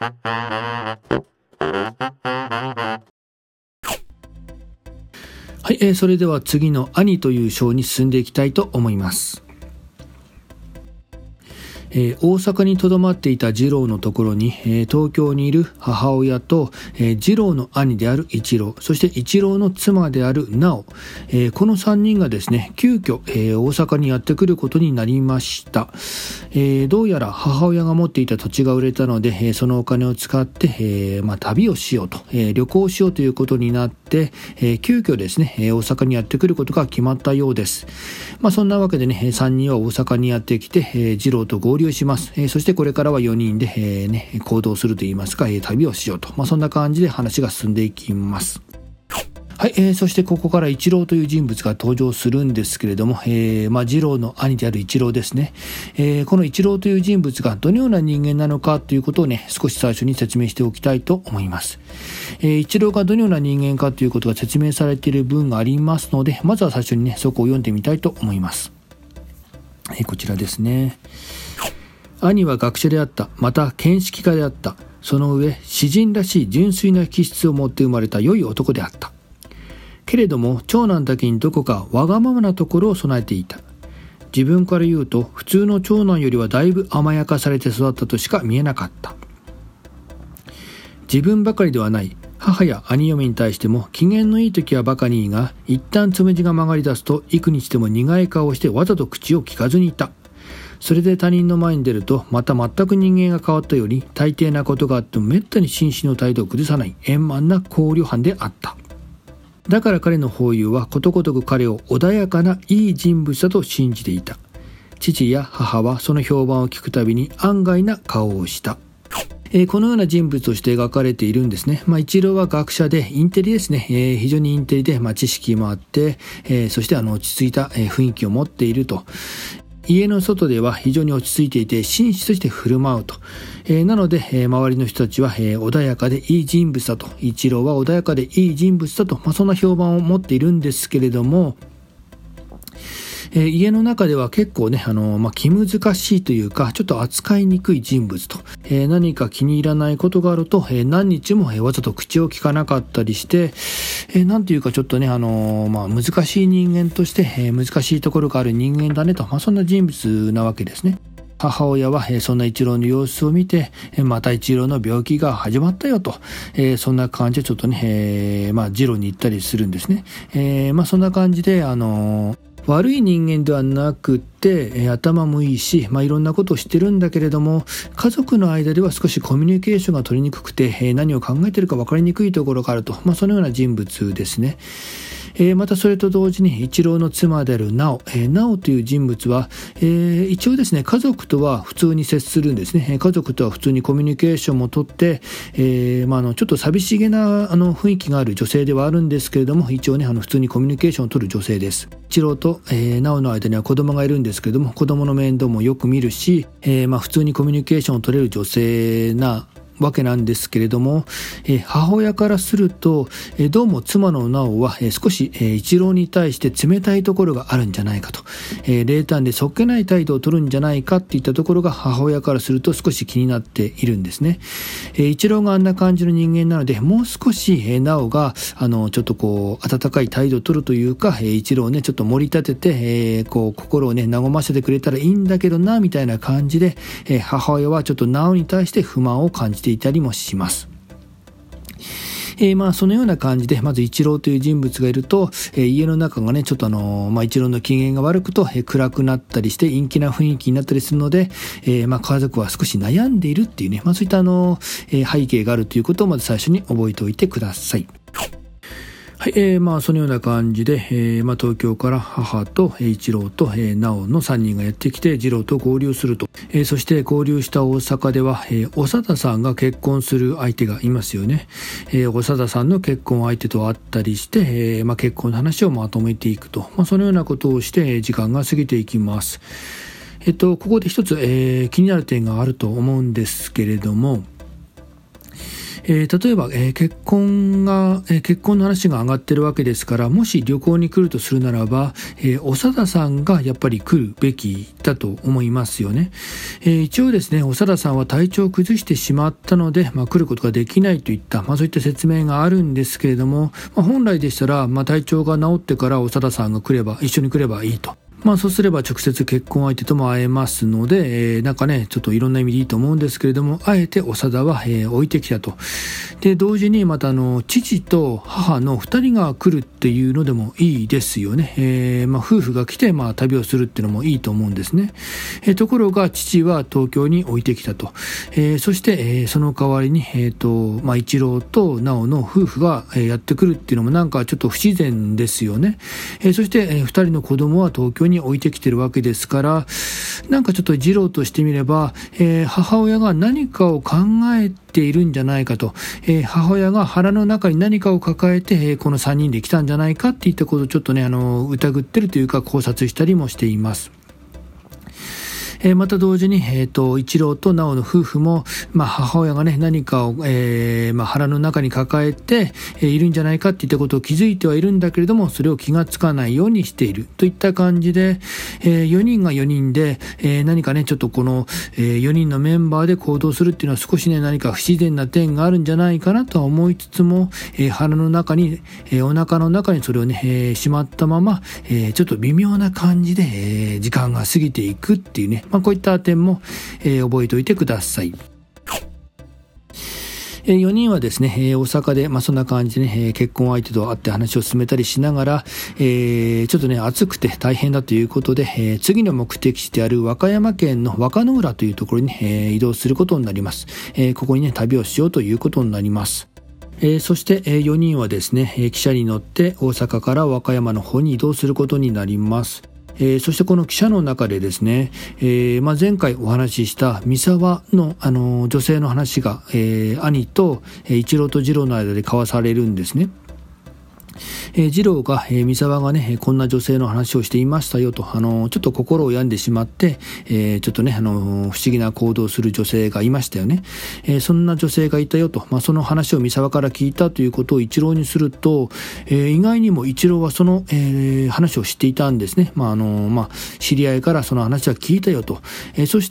はい、それでは次の兄という章に進んでいきたいと思います。大阪にとどまっていた次郎のところに、東京にいる母親と、次郎の兄である一郎、そして一郎の妻である直、この3人がですね、急遽、大阪にやってくることになりました。どうやら母親が持っていた土地が売れたので、そのお金を使って、旅をしようと、旅行しようということになって、急遽ですね、大阪にやってくることが決まったようです。そんなわけでね、3人は大阪にやってきて、次郎と合流します。そしてこれからは4人で、行動するといいますか、旅をしようと、そんな感じで話が進んでいきます。はい、そしてここから一郎という人物が登場するんですけれども、次郎の兄である一郎ですね、この一郎という人物がどのような人間なのかということをね、少し最初に説明しておきたいと思います。一郎がどのような人間かということが説明されている文がありますので、まずは最初にね、そこを読んでみたいと思います。こちらですね。兄は学者であった。また見識家であった。その上、詩人らしい純粋な気質を持って生まれた良い男であった。けれども長男だけにどこかわがままなところを備えていた。自分から言うと普通の長男よりはだいぶ甘やかされて育ったとしか見えなかった。自分ばかりではない。母や兄嫁に対しても機嫌のいい時はバカにいいが、一旦つむじが曲がり出すと幾日でも苦い顔をしてわざと口を聞かずにいた。それで他人の前に出るとまた全く人間が変わったより、大抵なことがあってもめったに真摯の態度を崩さない円満な考慮犯であった。だから彼の法友はことごとく彼を穏やかないい人物だと信じていた。父や母はその評判を聞くたびに安慨な顔をした。このような人物として描かれているんですね。一郎は学者でインテリですね。非常にインテリで、知識もあって、そして落ち着いた雰囲気を持っていると。家の外では非常に落ち着いていて紳士として振る舞うと。なので、周りの人たちは、穏やかでいい人物だと。一郎は穏やかでいい人物だと。そんな評判を持っているんですけれども、家の中では結構ね、気難しいというか、ちょっと扱いにくい人物と。何か気に入らないことがあると、何日も、わざと口を聞かなかったりして、なんていうかちょっとね、難しい人間として、難しいところがある人間だねと。そんな人物なわけですね。母親はそんな一郎の様子を見て、また一郎の病気が始まったよと、そんな感じでちょっとね、次郎に行ったりするんですね。そんな感じで悪い人間ではなくて、頭もいいし、いろんなことをしてるんだけれども、家族の間では少しコミュニケーションが取りにくくて、何を考えているか分かりにくいところがあると、そのような人物ですね。またそれと同時に一郎の妻である直という人物は、一応ですね、家族とは普通に接するんですね。家族とは普通にコミュニケーションもとって、ちょっと寂しげな雰囲気がある女性ではあるんですけれども、一応ね、普通にコミュニケーションを取る女性です。一郎と、直の間には子供がいるんですけれども、子供の面倒もよく見るし、普通にコミュニケーションを取れる女性なわけなんですけれども、母親からすると、どうも妻の直は、少し、一郎に対して冷たいところがあるんじゃないかと、冷淡でそっけない態度を取るんじゃないかっていったところが母親からすると少し気になっているんですね。一郎があんな感じの人間なので、もう少し、直がちょっと温かい態度を取るというか、一郎をねちょっと盛り立てて、心をね和ませてくれたらいいんだけどなみたいな感じで、母親はちょっと直に対して不満を感じていたりもします。そのような感じでまず一郎という人物がいると、家の中がねちょっと一郎の機嫌が悪くと、暗くなったりして陰気な雰囲気になったりするので、家族は少し悩んでいるっていうね、そういった背景があるということをまず最初に覚えておいてください。はい、そのような感じで、東京から母と一郎と直の3人がやってきて次郎と合流すると、そして合流した大阪では、長田さんが結婚する相手がいますよね。長田さんの結婚相手と会ったりして、結婚の話をまとめていくと、そのようなことをして時間が過ぎていきます。ここで一つ、気になる点があると思うんですけれども、 例えば、結婚の話が上がってるわけですから、もし旅行に来るとするならば、長田さんがやっぱり来るべきだと思いますよね。一応ですね、長田さんは体調を崩してしまったので、来ることができないといった、そういった説明があるんですけれども、本来でしたら、体調が治ってから長田さんが一緒に来ればいいと。そうすれば直接結婚相手とも会えますので、ちょっといろんな意味でいいと思うんですけれども、あえて長田は、置いてきたと。で、同時にまた父と母の2人が来るっていうのでもいいですよね。夫婦が来て旅をするっていうのもいいと思うんですね。ところが父は東京に置いてきたと。そして、その代わりに、一郎と直の夫婦が、やってくるっていうのもなんかちょっと不自然ですよね。そして、2人の子供は東京に置いてきてるわけですから、なんかちょっと次郎としてみれば、母親が何かを考えているんじゃないかと、母親が腹の中に何かを抱えて、この3人で来たんじゃないかっていったことをちょっとね、疑ってるというか考察したりもしています。また同時に、一郎と直の夫婦も、母親がね、何かを、腹の中に抱えて、いるんじゃないかっていったことを気づいてはいるんだけれども、それを気がつかないようにしているといった感じで、4人が4人で、何かね、ちょっとこの、4人のメンバーで行動するっていうのは少しね、何か不自然な点があるんじゃないかなとは思いつつも、腹の中に、お腹の中にそれをね、しまったまま、ちょっと微妙な感じで、時間が過ぎていくっていうね、こういった点も、覚えておいてください。4人はですね、大阪で、そんな感じでね、結婚相手と会って話を進めたりしながら、ちょっとね、暑くて大変だということで、次の目的地である和歌山県の和歌の浦というところに、移動することになります。ここにね、旅をしようということになります。そして4人はですね、汽車に乗って大阪から和歌山の方に移動することになります。そしてこの汽車の中でですね、前回お話しした三沢の、女性の話が、兄と一郎と次郎の間で交わされるんですね。次郎が、三沢がね、こんな女性の話をしていましたよと、ちょっと心を病んでしまって、ちょっとね、不思議な行動をする女性がいましたよね。そんな女性がいたよと、その話を三沢から聞いたということを一郎にすると、意外にも一郎はその、話を知っていたんですね。知り合いからその話は聞いたよと。そして、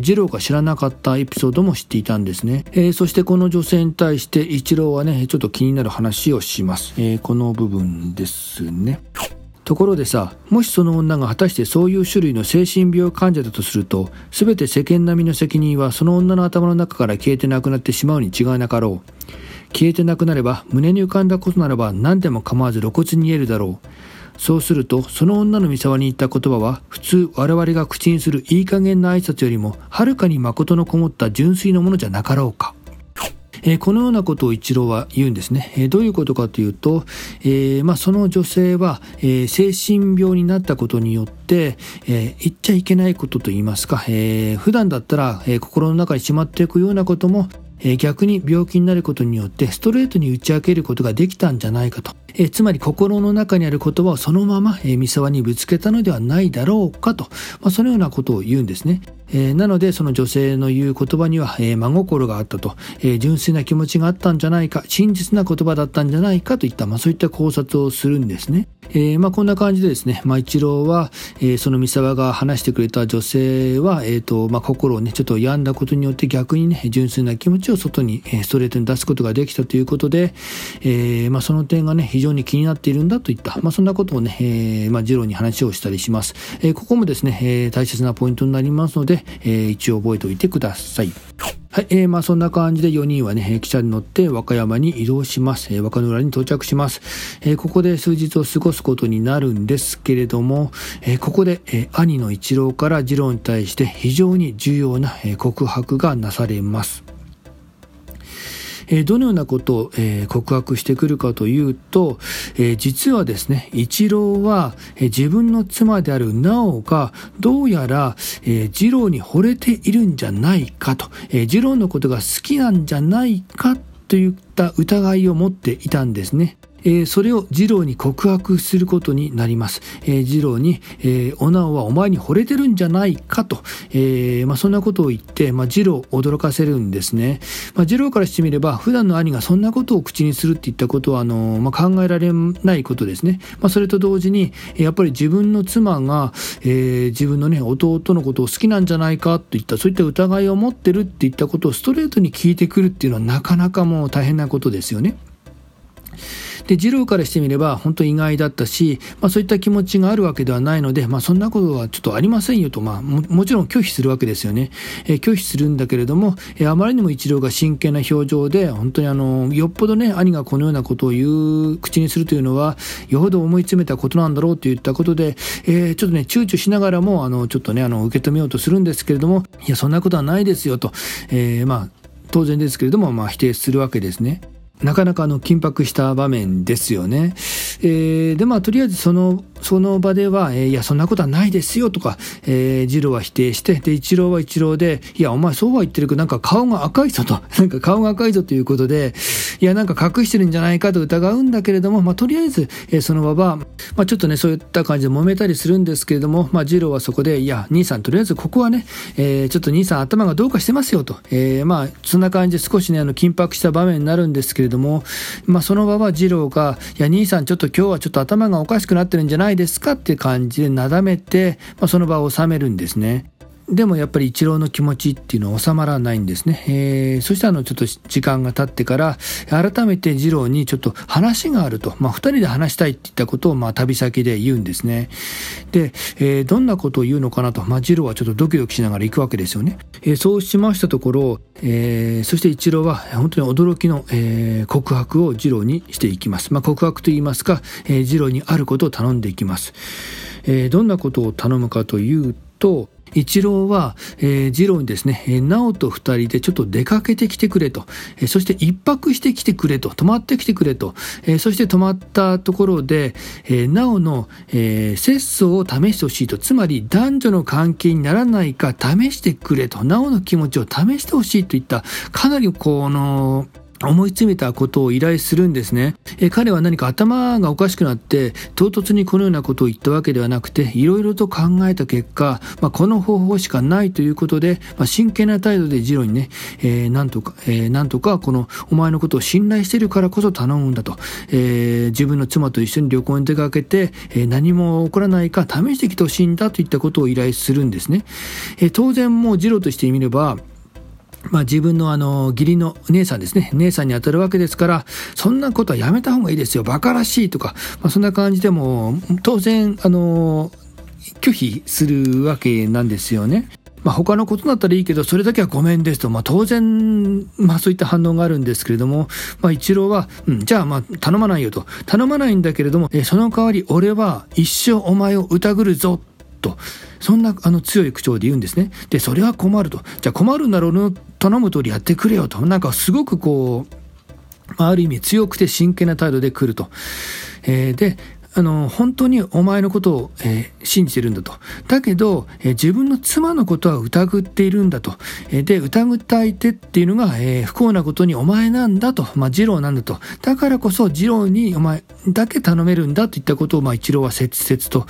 次郎が知らなかったエピソードも知っていたんですね。そしてこの女性に対して一郎はね、ちょっと気になる話をします。この部分ですね。ところでさ、もしその女が果たしてそういう種類の精神病患者だとすると、すべて世間並みの責任はその女の頭の中から消えてなくなってしまうに違いなかろう。消えてなくなれば、胸に浮かんだことならば何でも構わず露骨に言えるだろう。そうすると、その女の三沢に言った言葉は、普通我々が口にするいい加減な挨拶よりも、はるかに誠のこもった純粋なものじゃなかろうか。このようなことを一郎は言うんですね。どういうことかというと、その女性は、精神病になったことによって、言っちゃいけないことといいますか、普段だったら、心の中にしまっていくようなことも、逆に病気になることによってストレートに打ち明けることができたんじゃないかと。つまり心の中にある言葉をそのまま、三沢にぶつけたのではないだろうかと、そのようなことを言うんですね。なのでその女性の言う言葉には、真心があったと、純粋な気持ちがあったんじゃないか、真実な言葉だったんじゃないかといった、そういった考察をするんですね。こんな感じでですね、一郎は、その三沢が話してくれた女性は、心をねちょっと病んだことによって逆にね純粋な気持ちを外に、ストレートに出すことができたということで、その点がね非常に気になっているんだといった、そんなことをね、次郎に話をしたりします。ここもですね、大切なポイントになりますので、一応覚えておいてください。はい、そんな感じで4人はね、汽車に乗って和歌山に移動します。和歌の浦に到着します。ここで数日を過ごすことになるんですけれども、ここで、兄の一郎から次郎に対して非常に重要な、告白がなされます。どのようなことを、告白してくるかというと、実はですね、一郎は、自分の妻である直がどうやら、次郎に惚れているんじゃないかと、次郎のことが好きなんじゃないかといった疑いを持っていたんですね。 それを次郎に告白することになります。次郎に、お直はお前に惚れてるんじゃないかと、そんなことを言って、次郎を驚かせるんですね。次郎からしてみれば普段の兄がそんなことを口にするっていったことは考えられないことですね。それと同時にやっぱり自分の妻が、自分のね弟のことを好きなんじゃないかといったそういった疑いを持ってるっていったことをストレートに聞いてくるっていうのはなかなかもう大変なことですよね。で次郎からしてみれば本当に意外だったし、そういった気持ちがあるわけではないので、そんなことはちょっとありませんよと、もちろん拒否するわけですよね。拒否するんだけれども、あまりにも一郎が真剣な表情で本当によっぽどね兄がこのようなことを口にするというのはよほど思い詰めたことなんだろうといったことで、ちょっとね躊躇しながらもちょっとね受け止めようとするんですけれども、いやそんなことはないですよと、当然ですけれども否定するわけですね。なかなか緊迫した場面ですよね。でとりあえずその場では、いやそんなことはないですよとか、次郎は否定して、で一郎は一郎で、いやお前そうは言ってるけどなんか顔が赤いぞと顔が赤いぞということで、いやなんか隠してるんじゃないかと疑うんだけれども、とりあえず、その場は、ちょっとねそういった感じで揉めたりするんですけれども、次郎はそこで、いや兄さんとりあえずここはね、ちょっと兄さん頭がどうかしてますよと、そんな感じで少しね緊迫した場面になるんですけれども、その場は次郎が、いや兄さんちょっと今日はちょっと頭がおかしくなってるんじゃないですかって感じでなだめて、その場を収めるんですね。でもやっぱり一郎の気持ちっていうのは収まらないんですね。そしてちょっと時間が経ってから改めて次郎にちょっと話があると、二人で話したいって言ったことを旅先で言うんですね。で、どんなことを言うのかなと、次郎はちょっとドキドキしながら行くわけですよね。そうしましたところ、そして一郎は本当に驚きの、告白を次郎にしていきます。告白といいますか、次郎にあることを頼んでいきます。どんなことを頼むかというと、一郎は、次郎にですね、直と二人でちょっと出かけてきてくれと、そして一泊してきてくれと、泊まってきてくれと、そして泊まったところで、直の、節操を試してほしいと、つまり男女の関係にならないか試してくれと、直の気持ちを試してほしいといったかなり思い詰めたことを依頼するんですね。彼は何か頭がおかしくなって唐突にこのようなことを言ったわけではなくて、いろいろと考えた結果、この方法しかないということで、真剣な態度で次郎にね、なんとかこのお前のことを信頼しているからこそ頼むんだと、自分の妻と一緒に旅行に出かけて、何も起こらないか試してきてほしいんだといったことを依頼するんですね。当然もう次郎としてみれば、自分の義理の姉さんですね、姉さんに当たるわけですから、そんなことはやめた方がいいですよ、バカらしいとか、そんな感じでも当然拒否するわけなんですよね。他のことだったらいいけどそれだけはごめんですと、当然そういった反応があるんですけれども、一郎は、じゃあ頼まないよと、頼まないんだけれども、その代わり俺は一生お前を疑るぞと、そんな強い口調で言うんですね。でそれは困ると、じゃあ困るんだろうの頼む通りやってくれよと、なんかすごくある意味強くて真剣な態度で来ると、で本当にお前のことを、信じてるんだと。だけど、自分の妻のことは疑っているんだと。で、疑った相手っていうのが、不幸なことにお前なんだと。次郎なんだと。だからこそ次郎にお前だけ頼めるんだといったことを、一郎は切々と、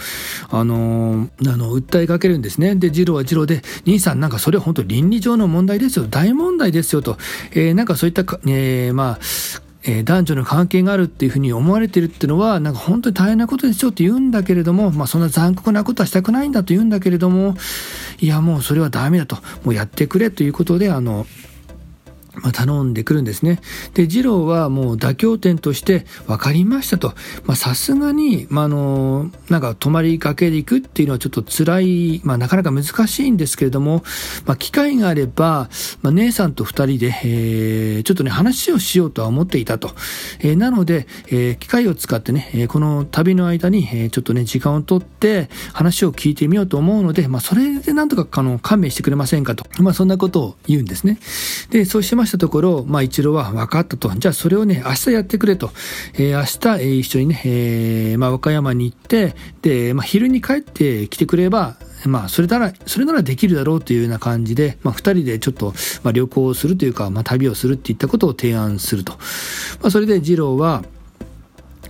訴えかけるんですね。で、次郎は次郎で、兄さんなんかそれは本当倫理上の問題ですよ。大問題ですよと。なんかそういった男女の関係があるっていうふうに思われてるっていうのはなんか本当に大変なことですよって言うんだけれども、そんな残酷なことはしたくないんだと言うんだけれども、いやもうそれはダメだと、もうやってくれということで頼んでくるんですね。で次郎はもう妥協点として分かりましたと、さすがに、なんか泊まりがけで行くっていうのはちょっと辛い、なかなか難しいんですけれども、機会があれば、姉さんと二人で、ちょっとね話をしようとは思っていたと、なので、機会を使ってね、この旅の間に、ちょっとね時間を取って話を聞いてみようと思うので、それでなんとか勘弁してくれませんかと、そんなことを言うんですね。でそうしましたところ、一郎は分かったと、じゃあそれをね明日やってくれと、明日、一緒にね、和歌山に行って、で、昼に帰ってきてくればそれならできるだろうというような感じで、二人でちょっと、旅行をするというか、旅をするっていったことを提案すると、それで次郎は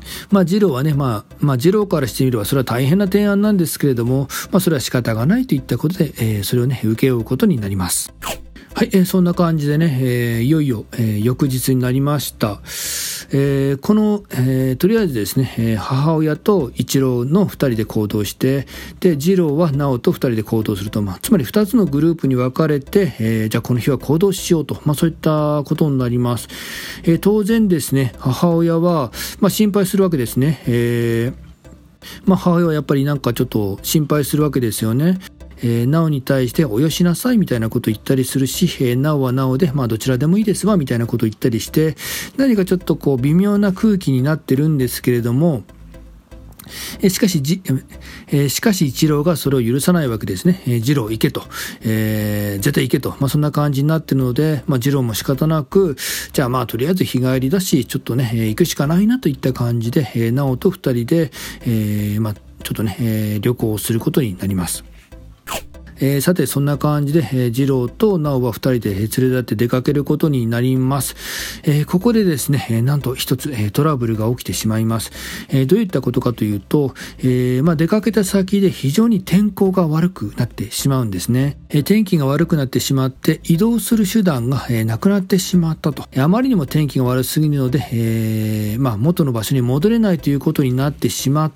次郎はね、次郎からしてみればそれは大変な提案なんですけれども、それは仕方がないといったことで、それをね請け負うことになります。はい、そんな感じでね、いよいよ、翌日になりました。とりあえずですね、母親と一郎の2人で行動して、で次郎は直と2人で行動すると、つまり2つのグループに分かれて、じゃあこの日は行動しようと、そういったことになります。当然ですね、母親は、心配するわけですね。母親はやっぱりなんかちょっと心配するわけですよね。なおに対しておよしなさいみたいなことを言ったりするし、なおはなおでどちらでもいいですわみたいなことを言ったりして、何かちょっとこう微妙な空気になってるんですけれども、しかし一郎がそれを許さないわけですね。次郎行けと、絶対行けと、そんな感じになってるので、次郎も仕方なく、じゃあとりあえず日帰りだしちょっとね、行くしかないなといった感じで、直と二人で、ちょっとね、旅行をすることになります。さてそんな感じで、次郎と直は2人で連れ立って出かけることになります。ここでですね、なんと一つ、トラブルが起きてしまいます。どういったことかというと、出かけた先で非常に天候が悪くなってしまうんですね。天気が悪くなってしまって移動する手段が、なくなってしまったと。あまりにも天気が悪すぎるので、元の場所に戻れないということになってしまって、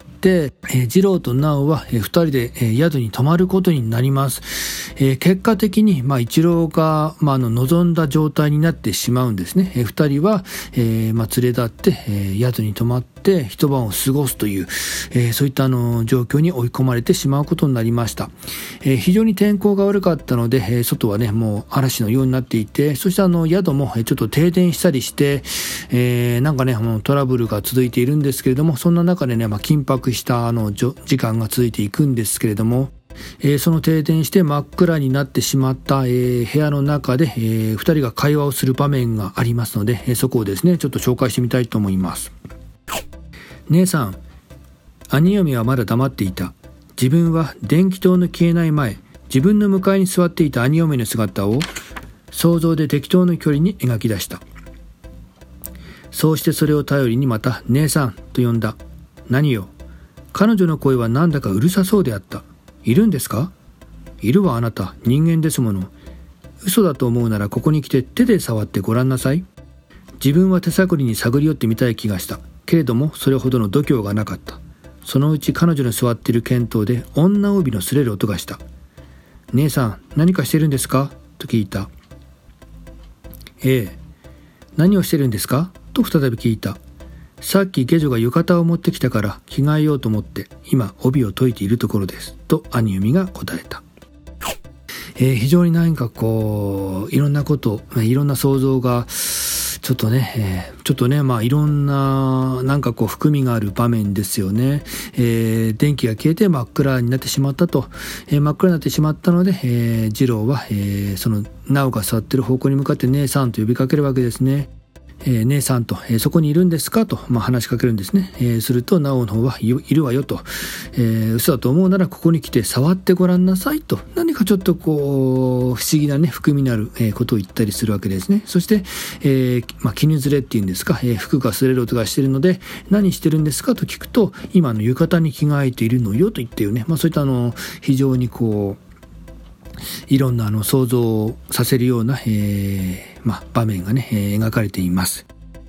次郎と直は2人で宿に泊まることになります。結果的に一郎が望んだ状態になってしまうんですね。2人は連れ立って宿に泊まって一晩を過ごすというそういった状況に追い込まれてしまうことになりました。非常に天候が悪かったので外はねもう嵐のようになっていて、そして宿もちょっと停電したりしてなんかねトラブルが続いているんですけれども、そんな中でね緊迫した時間が続いていくんですけれども、その停電して真っ暗になってしまった、部屋の中で、2人が会話をする場面がありますので、そこをですねちょっと紹介してみたいと思います。姉さん、兄嫁はまだ黙っていた。自分は電気灯の消えない前、自分の向かいに座っていた兄嫁の姿を想像で適当な距離に描き出した。そうしてそれを頼りにまた姉さんと呼んだ。何よ。彼女の声はなんだかうるさそうであった。いるんですか？いるわ、あなた、人間ですもの。嘘だと思うならここに来て手で触ってごらんなさい。自分は手探りに探り寄ってみたい気がした。けれどもそれほどの度胸がなかった。そのうち彼女の座っている剣刀で女帯の擦れる音がした。姉さん、何かしてるんですか？と聞いた。ええ。何をしてるんですか？と再び聞いた。さっき下女が浴衣を持ってきたから着替えようと思って今帯を解いているところですと兄嫁が答えた。非常に何かこういろんなこといろんな想像がちょっとねいろんななんかこう含みがある場面ですよね。電気が消えて真っ暗になってしまったと、真っ暗になってしまったので、次郎は、その直が座っている方向に向かって姉さんと呼びかけるわけですね。姉さんと、そこにいるんですかと、話しかけるんですね。すると直の方はいるわよと、嘘だと思うならここに来て触ってごらんなさいと、何かちょっとこう不思議なね含みのある、ことを言ったりするわけですね。そして、絹ずれっていうんですか、服が擦れる音がしているので何してるんですかと聞くと、今の浴衣に着替えているのよと言っていうね、そういった非常にこういろんな想像させるような、場面がね、描かれています。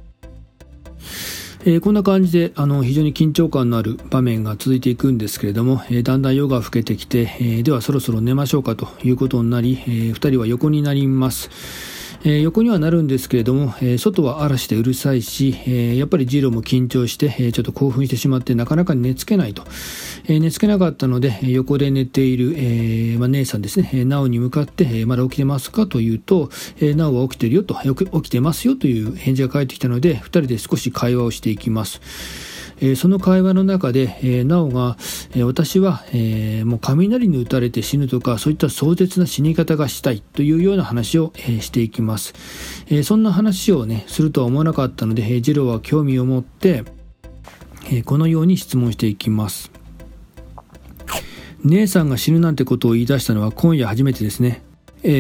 こんな感じで非常に緊張感のある場面が続いていくんですけれども、だんだん夜が更けてきて、ではそろそろ寝ましょうかということになり、2人は横になります。横にはなるんですけれども、外は嵐でうるさいし、やっぱり次郎も緊張して、ちょっと興奮してしまってなかなか寝つけないと、寝つけなかったので横で寝ている、姉さんですね、直に向かって、まだ起きてますかというと、直は起きてるよと、起きてますよという返事が返ってきたので、2人で少し会話をしていきます。その会話の中で、直が、私は、もう雷に打たれて死ぬとかそういった壮絶な死に方がしたいというような話を、していきます。そんな話をねするとは思わなかったので、次郎は興味を持って、このように質問していきます。姉さんが死ぬなんてことを言い出したのは今夜初めてですね。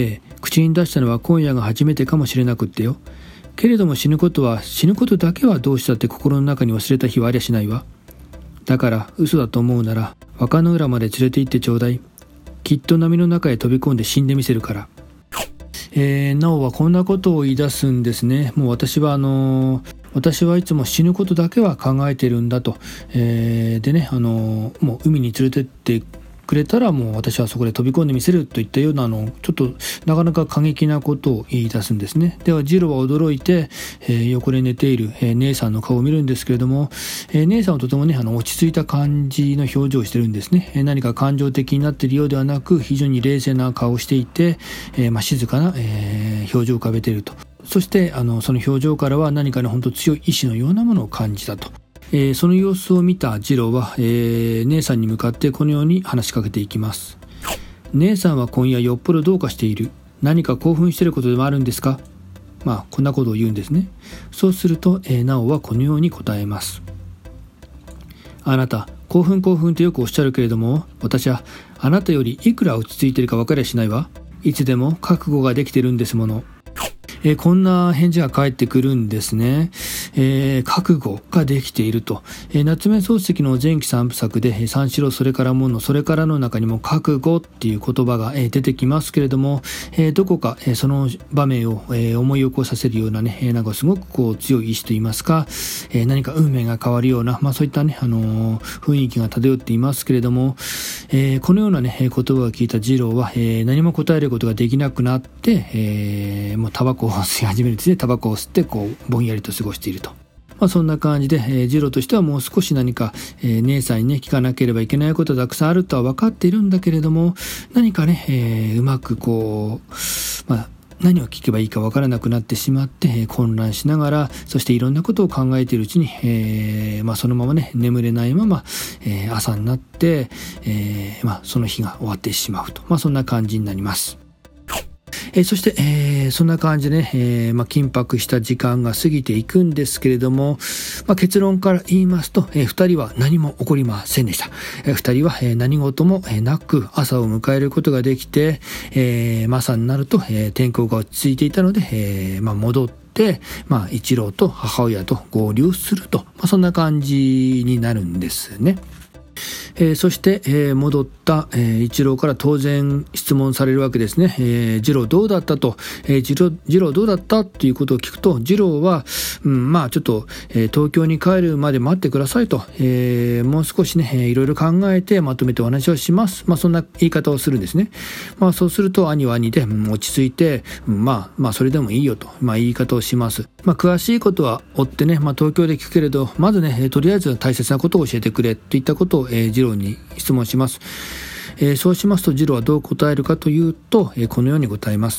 口に出したのは今夜が初めてかもしれなくってよ。けれども死ぬことだけはどうしたって心の中に忘れた日はありゃしないわ。だから嘘だと思うなら若野浦まで連れて行ってちょうだい。きっと波の中へ飛び込んで死んでみせるから。なおはこんなことを言い出すんですね。もう私はいつも死ぬことだけは考えてるんだと。でね、もう海に連れてってくれたらもう私はそこで飛び込んでみせるといったようなちょっとなかなか過激なことを言い出すんですね。では次郎は驚いて、横で寝ている、姉さんの顔を見るんですけれども、姉さんはとてもね落ち着いた感じの表情をしてるんですね。何か感情的になっているようではなく非常に冷静な顔をしていて、静かな、表情を浮かべていると。そしてその表情からは何かね本当強い意志のようなものを感じたと。その様子を見た次郎は、姉さんに向かってこのように話しかけていきます。姉さんは今夜よっぽどどうかしている。何か興奮していることでもあるんですか。こんなことを言うんですね。そうすると、直はこのように答えます。あなた興奮とよくおっしゃるけれども、私はあなたよりいくら落ち着いているか分かりゃしないわ。いつでも覚悟ができているんですもの。こんな返事が返ってくるんですね。覚悟ができていると。夏目漱石の前期3部作で三四郎それからものそれからの中にも覚悟っていう言葉が出てきますけれども、どこかその場面を思い起こさせるようなね、なんかすごく強い意志といいますか、何か運命が変わるような、そういったね、雰囲気が漂っていますけれども、このようなね言葉を聞いた次郎は、何も答えることができなくなって、もうタバコを吸い始めるんですね。タバコを吸ってぼんやりと過ごしていると。そんな感じで、次郎としてはもう少し何か、姉さんにね聞かなければいけないことがたくさんあるとは分かっているんだけれども、何かね、うまく何を聞けばいいか分からなくなってしまって、混乱しながら、そしていろんなことを考えているうちに、そのままね眠れないまま、朝になって、その日が終わってしまうと、そんな感じになります。そして、そんな感じでね、緊迫した時間が過ぎていくんですけれども、結論から言いますと、2人は何も起こりませんでした。2人は、何事もなく朝を迎えることができて、朝になると、天候が落ち着いていたので、戻って一郎と母親と合流すると、そんな感じになるんですね。そして、戻った、一郎から当然質問されるわけですね。次郎どうだったと、次郎どうだったということを聞くと、次郎は、ちょっと、東京に帰るまで待ってくださいと、もう少しね、いろいろ考えてまとめてお話をします。そんな言い方をするんですね。そうすると兄は兄で、落ち着いて、それでもいいよと、言い方をします。詳しいことは追ってね、東京で聞くけれど、まずね、とりあえず大切なことを教えてくれといったことを、次郎に質問します。そうしますと次郎はどう答えるかというと、このように答えます。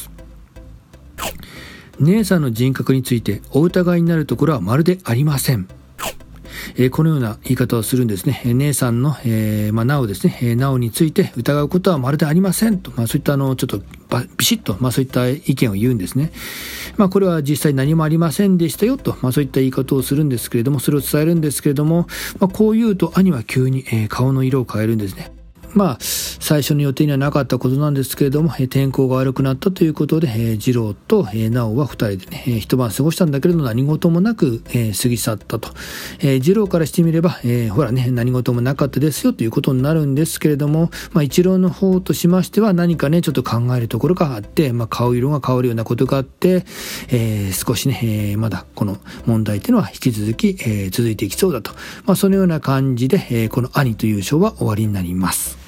姉さんの人格についてお疑いになるところはまるでありません。このような言い方をするんですね。姉さんの、直ですね、直について疑うことはまるでありませんと、そういったちょっとビシッと、そういった意見を言うんですね。これは実際何もありませんでしたよと、そういった言い方をするんですけれども、それを伝えるんですけれども、こう言うと兄は急に、顔の色を変えるんですね。最初の予定にはなかったことなんですけれども、天候が悪くなったということで、次郎と直は2人でね、一晩過ごしたんだけれど何事もなく、過ぎ去ったと。次郎からしてみれば、ほらね、何事もなかったですよということになるんですけれども、一郎の方としましては何かねちょっと考えるところがあって、顔色が変わるようなことがあって、少しね、まだこの問題というのは引き続き、続いていきそうだと、そのような感じで、この兄という章は終わりになります。